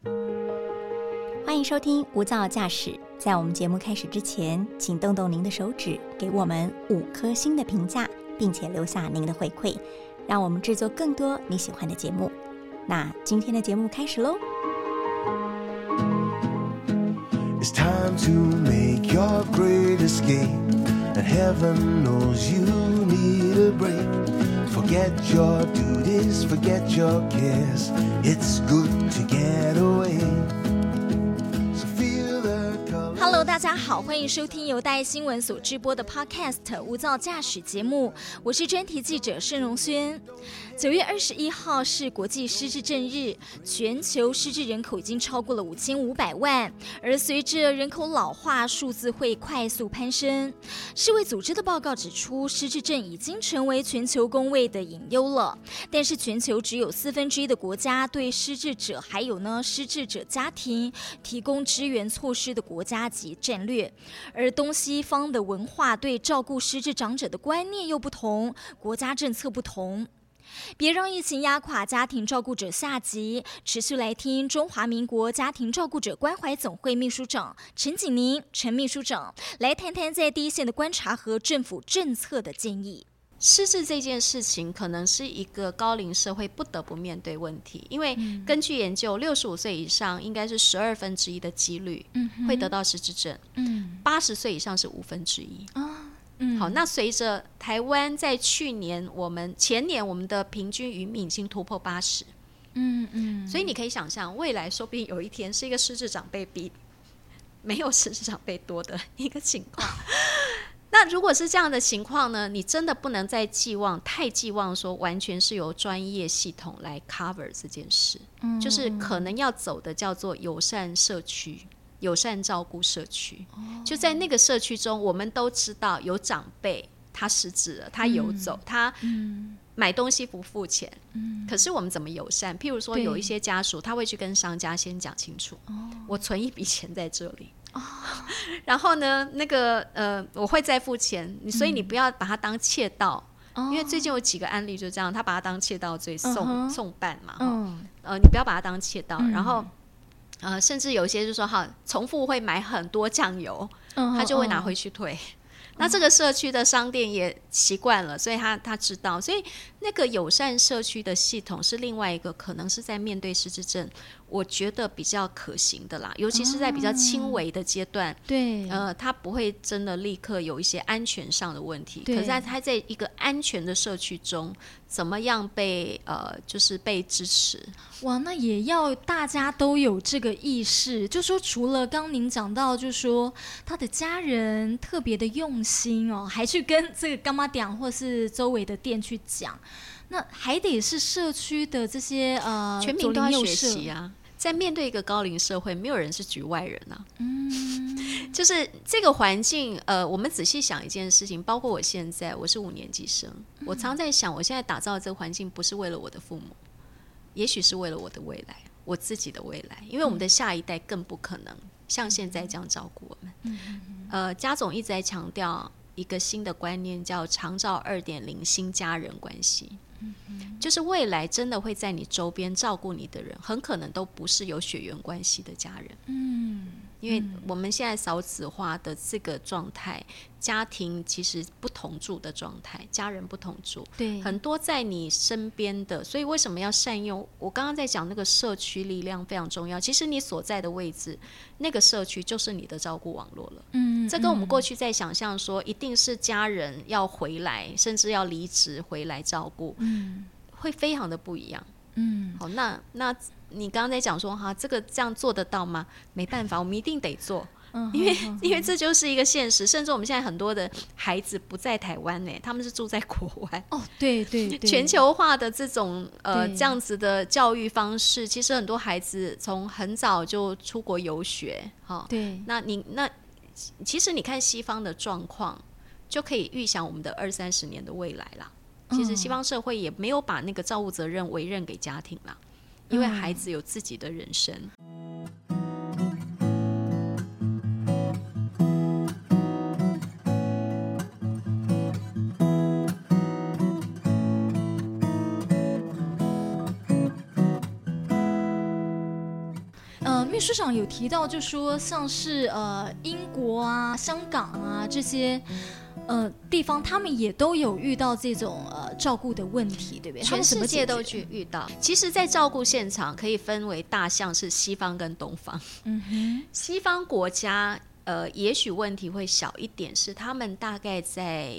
欢迎收听无噪驾驶。在我们节目开始之前，请动动您的手指，给我们5颗星的评价，并且留下您的回馈，让我们制作更多你喜欢的节目。那今天的节目开始咯。 It's time to make your great escape, and heaven knows you need a break. Forget your duties, forget your cares. It's good to get away. So feel the color. Hello， 大家好，欢迎收听由大爱新闻所直播的 Podcast 无噪驾驶节目，我是专题记者盛荣轩。9月21号是国际失智症日，全球失智人口已经超过了5500万，而随着人口老化，数字会快速攀升。世卫组织的报告指出，失智症已经成为全球公卫的隐忧了，但是全球只有1/4的国家对失智者还有失智者家庭提供支援措施的国家级战略，而东西方的文化对照顾失智长者的观念又不同，国家政策不同。别让疫情压垮家庭照顾者下集，持续来听中华民国家庭照顾者关怀总会秘书长陈景宁陈秘书长来谈谈在第一线的观察和政府政策的建议。 失智这件事情可能是一个高龄社会不得不面对问题，因为根据研究，65岁以上应该是12%的几率会得到失智症，80岁以上是1/5。好，那随着台湾在前年我们的平均余命已经突破80，所以你可以想象，未来说不定有一天是一个失智长辈比没有失智长辈多的一个情况。那如果是这样的情况呢，你真的不能再太寄望说完全是由专业系统来 cover 这件事，就是可能要走的叫做友善社区。友善照顾社区，就在那个社区中，我们都知道有长辈他失智了，他游走，他买东西不付钱，可是我们怎么友善？譬如说有一些家属他会去跟商家先讲清楚，我存一笔钱在这里，然后呢我会再付钱，所以你不要把它当窃盗，因为最近有几个案例就这样，他把它当窃盗罪送办嘛，你不要把它当窃盗，然后甚至有些就说重复会买很多酱油，他就会拿回去退。那这个社区的商店也习惯了，所以他知道，所以那个友善社区的系统是另外一个可能是在面对失智症我觉得比较可行的啦，尤其是在比较轻微的阶段， 对， 他不会真的立刻有一些安全上的问题，可是他在一个安全的社区中怎么样就是被支持。 哇，那也要大家都有这个意识，就说除了刚您讲到就说他的家人特别的用心还去跟这个干妈店或是周围的店去讲，那还得是社区的这些全民都要学习啊。在面对一个高龄社会，没有人是局外人啊。就是这个环境，我们仔细想一件事情，包括我现在，我是5年级生，我常在想，我现在打造的这个环境不是为了我的父母，也许是为了我的未来，我自己的未来，因为我们的下一代更不可能像现在这样照顾我们。家总一直在强调一个新的观念，叫长照2.0新家人关系。就是未来真的会在你周边照顾你的人，很可能都不是有血缘关系的家人。因为我们现在少子化的这个状态，家庭其实不同住的状态，家人不同住，对，很多在你身边的，所以为什么要善用？我刚刚在讲那个社区力量非常重要。其实你所在的位置，那个社区就是你的照顾网络了。这跟我们过去在想象说，一定是家人要回来，甚至要离职回来照顾，会非常的不一样。好，那你刚刚在讲说这个这样做得到吗？没办法，我们一定得做。因为这就是一个现实，甚至我们现在很多的孩子不在台湾呢，他们是住在国外。 对对对， 全球化的这种这样子的教育方式，其实很多孩子从很早就出国游学。对，那其实你看西方的状况，就可以预想我们的20-30年的未来啦。其实西方社会也没有把那个照顾责任委任给家庭啦，因为孩子有自己的人生。 秘书长有提到，就说像是英国啊、香港啊这些地方，他们也都有遇到这种照顾的问题，对不对？ 全世界都去遇到。其实，在照顾现场可以分为大项是西方跟东方。西方国家也许问题会小一点，是他们大概在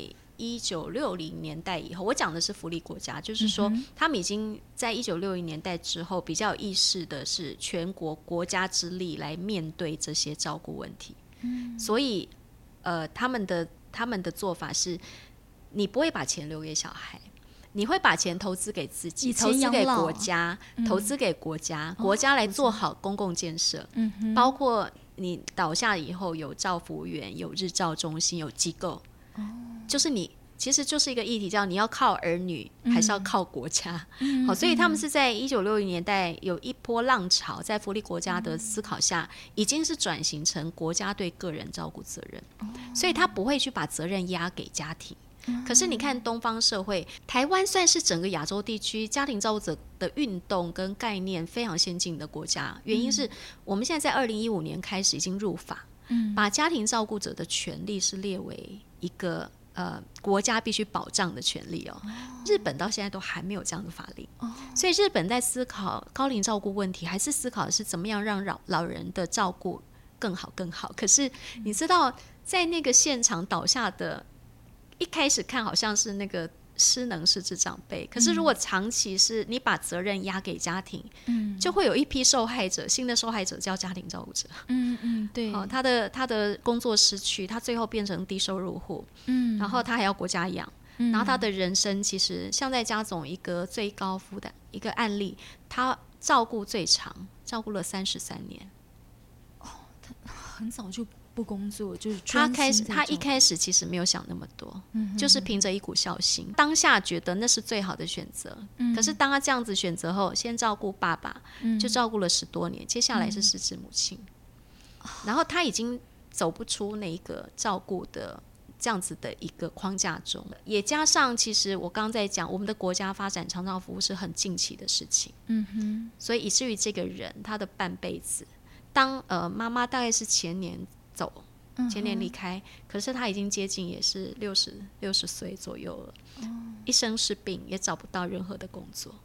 1960年代以后，我讲的是福利国家，就是说他们已经在1960年代之后比较有意识的是全国国家之力来面对这些照顾问题。所以他们的做法是，你不会把钱留给小孩，你会把钱投资给自己，投资给国家，投资给国家，国家来做好公共建设，包括你倒下以后有照服员，有日照中心，有机构，就是你其实就是一个议题，叫你要靠儿女还是要靠国家。好，所以他们是在1960年代有一波浪潮，在福利国家的思考下，已经是转型成国家对个人照顾责任，所以他不会去把责任压给家庭。可是你看东方社会，台湾算是整个亚洲地区家庭照顾者的运动跟概念非常先进的国家，原因是我们现在在2015年开始已经入法，把家庭照顾者的权利是列为一个国家必须保障的权利哦。日本到现在都还没有这样的法令，所以日本在思考高龄照顾问题，还是思考的是怎么样让老人的照顾更好更好。可是你知道，在那个现场倒下的，一开始看好像是那个失能失智长辈，可是如果长期是你把责任压给家庭，就会有一批受害者，新的受害者叫家庭照顾者。对，他的工作失去，他最后变成低收入户，然后他还要国家养，然后他的人生其实像在家总一个最高负的一个案例，他照顾最长，照顾了33年。 他很早就不工作，就是他一开始其实没有想那么多，就是凭着一股孝心，当下觉得那是最好的选择。可是当他这样子选择后，先照顾爸爸，就照顾了10多年，接下来是失智母亲，然后他已经走不出那个照顾的这样子的一个框架中，也加上其实我刚在讲，我们的国家发展长照服务是很近期的事情，所以以至于这个人他的半辈子，当妈妈大概是前年离开，可是他已经接近也是60岁左右了，一生是病，也找不到任何的工作。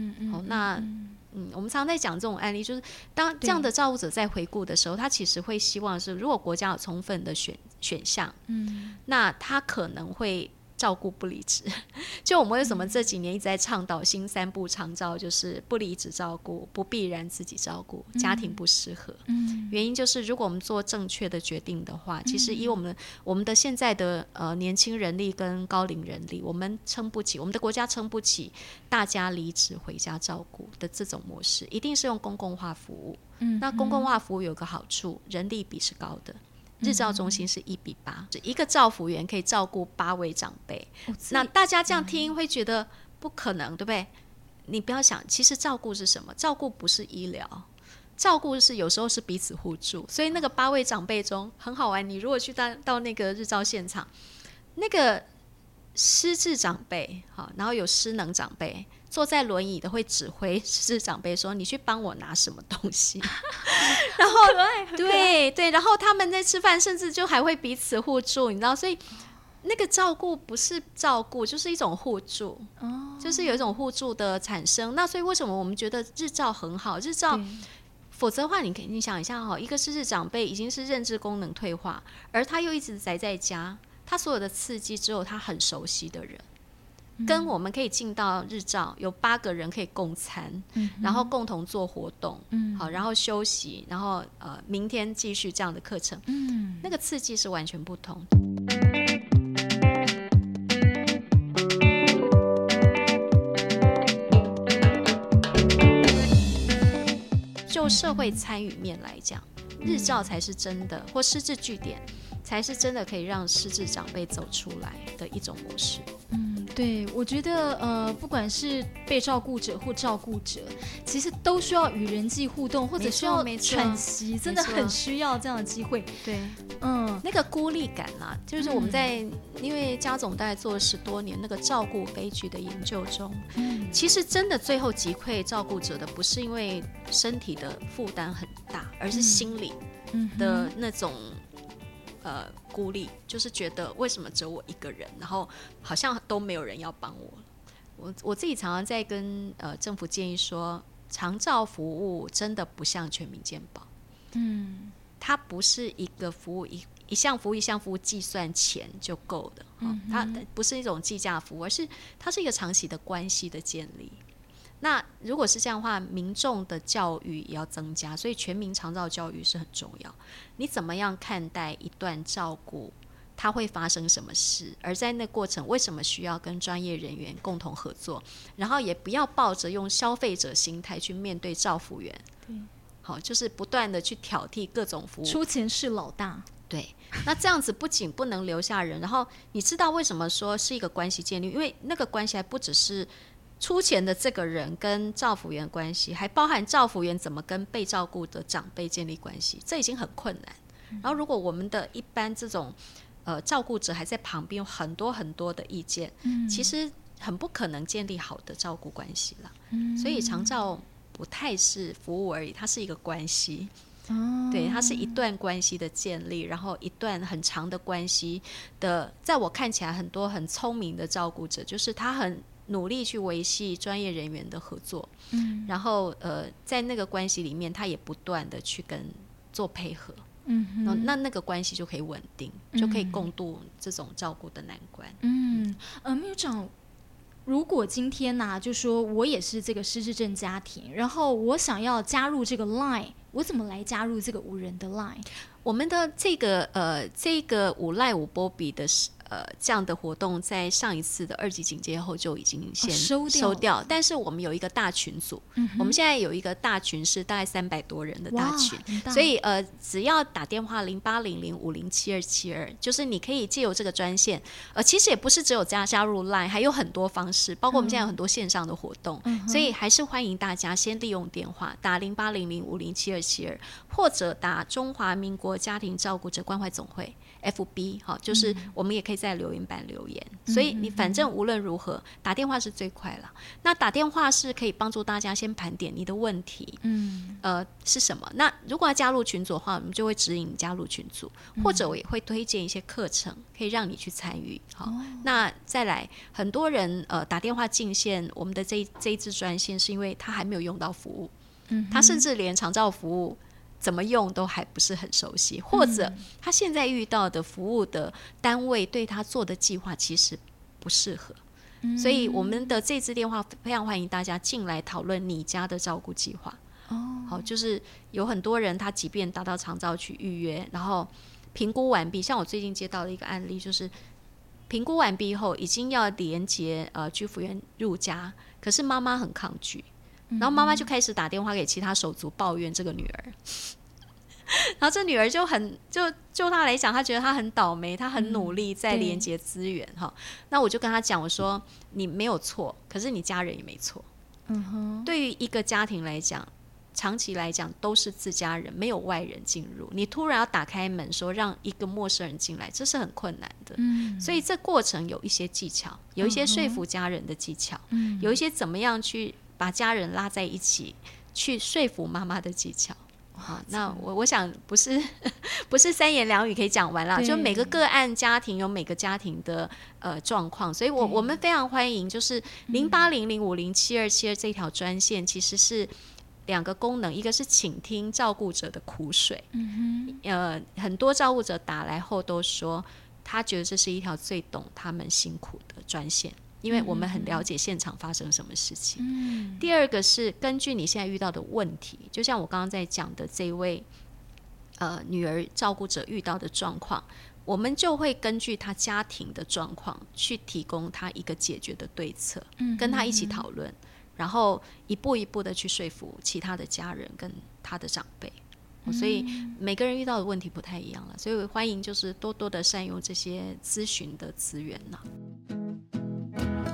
我们常在讲这种案例，就是当这样的照顾者在回顾的时候，他其实会希望是，如果国家有充分的选项，那他可能会照顾不离职。就我们为什么这几年一直在倡导新3步长照，就是不离职照顾，不必然自己照顾，家庭不适合。原因就是如果我们做正确的决定的话，其实以我们的现在的年轻人力跟高龄人力，我们撑不起，我们的国家撑不起大家离职回家照顾的这种模式，一定是用公共化服务。那公共化服务有个好处，人力比是高的。日照中心是1比8，一个照服员可以照顾8位长辈。那大家这样听会觉得不可能，对不对？你不要想，其实照顾是什么？照顾不是医疗，照顾是有时候是彼此互助。所以那个8位长辈中很好玩，你如果去到那个日照现场，那个失智长辈，然后有失能长辈，坐在轮椅的会指挥失智长辈说：“你去帮我拿什么东西。”然后对，然后他们在吃饭，甚至就还会彼此互助，你知道，所以那个照顾不是照顾，就是一种互助，就是有一种互助的产生。那所以为什么我们觉得日照很好？日照，否则的话，你想一下一个失智长辈已经是认知功能退化，而他又一直宅在家，他所有的刺激只有他很熟悉的人。跟我们可以进到日照，有8个人可以共餐，然后共同做活动，好，然后休息，然后明天继续这样的课程，那个刺激是完全不同。就社会参与面来讲，日照才是真的，或失智据点才是真的可以让失智长辈走出来的一种模式。 对，我觉得不管是被照顾者或照顾者，其实都需要与人际互动，或者需要喘息，真的很需要这样的机会。 对，那个孤立感啊，就是我们在因为家总大概做了10多年那个照顾悲剧的研究中，其实真的最后击溃照顾者的不是因为身体的负担很大，而是心理的那种孤立，就是觉得为什么只有我一个人，然后好像都没有人要帮我自己常常在跟政府建议说，长照服务真的不像全民健保，它不是一个服务一项服务一项服务计算钱就够的，它不是一种计价服务，而是它是一个长期的关系的建立。那如果是这样的话，民众的教育也要增加，所以全民长照教育是很重要。你怎么样看待一段照顾，它会发生什么事，而在那过程为什么需要跟专业人员共同合作，然后也不要抱着用消费者心态去面对照服员，好，就是不断的去挑剔各种服务， 出钱是老大。 对，那这样子不仅不能留下人，然后你知道为什么说是一个关系建立，因为那个关系还不只是出钱的这个人跟照服员关系，还包含照服员怎么跟被照顾的长辈建立关系，这已经很困难。然后如果我们的一般这种照顾者还在旁边有很多很多的意见，其实很不可能建立好的照顾关系了。所以长照不太是服务而已，它是一个关系。对，它是一段关系的建立，然后一段很长的关系的，在我看起来很多很聪明的照顾者，就是他很努力去维系专业人员的合作，然后在那个关系里面他也不断的去跟做配合，那个关系就可以稳定，就可以共度这种照顾的难关。 秘书长，如果今天就说我也是这个失智症家庭，然后我想要加入这个 LINE， 我怎么来加入这个无人的 LINE？ 我们的这个无赖无波比的这样的活动，在上一次的2级警戒后就已经先收掉，但是我们有一个大群组，我们现在有一个大群是大概300多人的大群，所以只要打电话0800507272，就是你可以借由这个专线，其实也不是只有加入 LINE， 还有很多方式，包括我们现在有很多线上的活动，所以还是欢迎大家先利用电话打0800507272，或者打中华民国家庭照顾者关怀总会 FB， 就是我们也可以在留言板留言，所以你反正无论如何打电话是最快了。那打电话是可以帮助大家先盘点你的问题是什么，那如果要加入群组的话，我们就会指引你加入群组，或者我也会推荐一些课程可以让你去参与。那再来很多人打电话进线我们的这一支专线，是因为他还没有用到服务，他甚至连长照服务怎么用都还不是很熟悉，或者他现在遇到的服务的单位对他做的计划其实不适合，所以我们的这支电话非常欢迎大家进来讨论你家的照顾计划。好，就是有很多人他即便达到长照去预约，然后评估完毕，像我最近接到的一个案例，就是评估完毕后已经要连结居服员入家，可是妈妈很抗拒，然后妈妈就开始打电话给其他手足抱怨这个女儿，然后这女儿就她来讲，她觉得她很倒霉，她很努力在连接资源那我就跟她讲，我说你没有错，可是你家人也没错。对于一个家庭来讲，长期来讲都是自家人，没有外人进入，你突然要打开门说让一个陌生人进来，这是很困难的。所以这过程有一些技巧，有一些说服家人的技巧，有一些怎么样去把家人拉在一起去说服妈妈的技巧。那我想不是三言两语可以讲完啦，就每个个案家庭有每个家庭的状况，所以我们非常欢迎，就是0800507272这条专线，其实是2个功能，一个是倾听照顾者的苦水，很多照顾者打来后都说他觉得这是一条最懂他们辛苦的专线，因为我们很了解现场发生什么事情。第二个是根据你现在遇到的问题，就像我刚刚在讲的这位女儿照顾者遇到的状况，我们就会根据他家庭的状况去提供他一个解决的对策，跟他一起讨论，然后一步一步的去说服其他的家人跟他的长辈。所以每个人遇到的问题不太一样了，所以欢迎就是多多的善用这些咨询的资源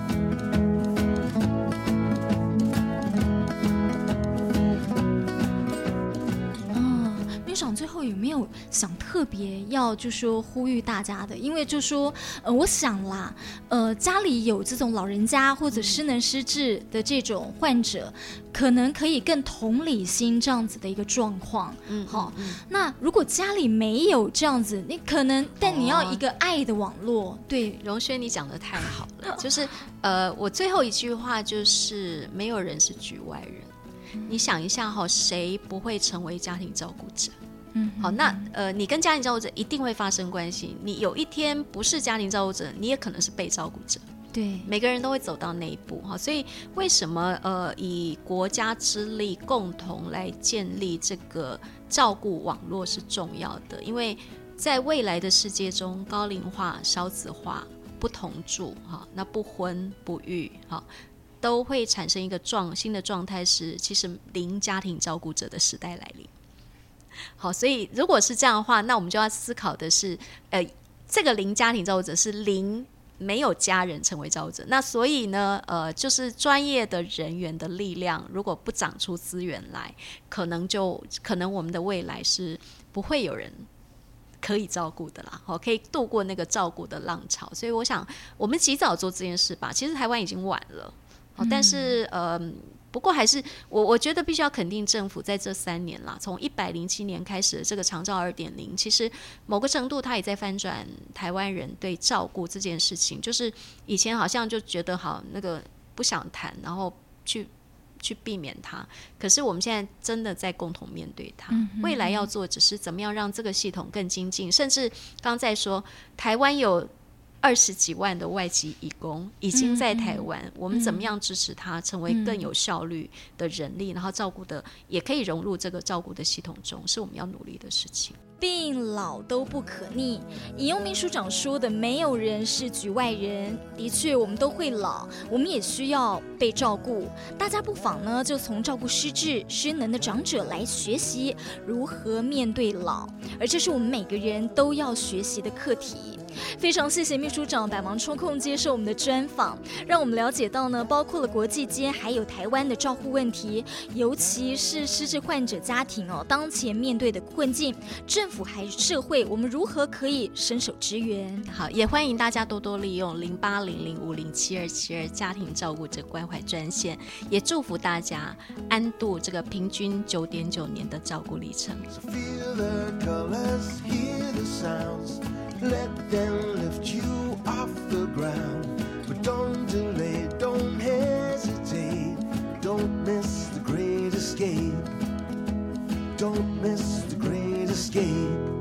长最后有没有想特别要就说呼吁大家的？因为就说我想啦，家里有这种老人家或者失能失智的这种患者，可能可以更同理心这样子的一个状况。好，那如果家里没有这样子，你可能，但你要一个爱的网络。对， 荣轩你讲得太好了，就是我最后一句话就是没有人是局外人。你想一下谁不会成为家庭照顾者？好，那你跟家庭照顾者一定会发生关系。你有一天不是家庭照顾者，你也可能是被照顾者。 对， 每个人都会走到那一步。所以为什么以国家之力共同来建立这个照顾网络是重要的？因为在未来的世界中，高龄化、少子化、不同住，那不婚不育，都会产生一个新的状态，是其实零家庭照顾者的时代来临。好，所以如果是这样的话，那我们就要思考的是，这个零家庭照顾者是零没有家人成为照顾者。那所以呢，就是专业的人员的力量，如果不长出资源来，可能我们的未来是不会有人可以照顾的啦，可以度过那个照顾的浪潮。所以我想，我们及早做这件事吧。其实台湾已经晚了。但是不过还是我觉得必须要肯定政府在这3年啦，从107年开始的这个长照 2.0， 其实某个程度它也在翻转台湾人对照顾这件事情。就是以前好像就觉得好那个不想谈，然后去避免它，可是我们现在真的在共同面对它。未来要做只是怎么样让这个系统更精进，甚至刚在说台湾有20几万的外籍移工已经在台湾，我们怎么样支持他成为更有效率的人力，然后照顾的也可以融入这个照顾的系统中，是我们要努力的事情。 病老都不可逆，引用秘书长说的，没有人是局外人。的确，我们都会老，我们也需要被照顾。大家不妨呢，就从照顾失智、失能的长者来学习如何面对老，而这是我们每个人都要学习的课题。非常谢谢秘书长百忙抽空接受我们的专访，让我们了解到呢，包括了国际间还有台湾的照护问题，尤其是失智患者家庭当前面对的困境，政府还有社会，我们如何可以伸手支援？ 好，也欢迎大家多多利用0800507272家庭照顾者关怀专线，也祝福大家安度这个平均9.9年的照顾历程。 So feel the colors, hear the sounds, let them lift you off the ground. But don't delay, don't hesitate, don't miss the great escape. Don't miss the great escape.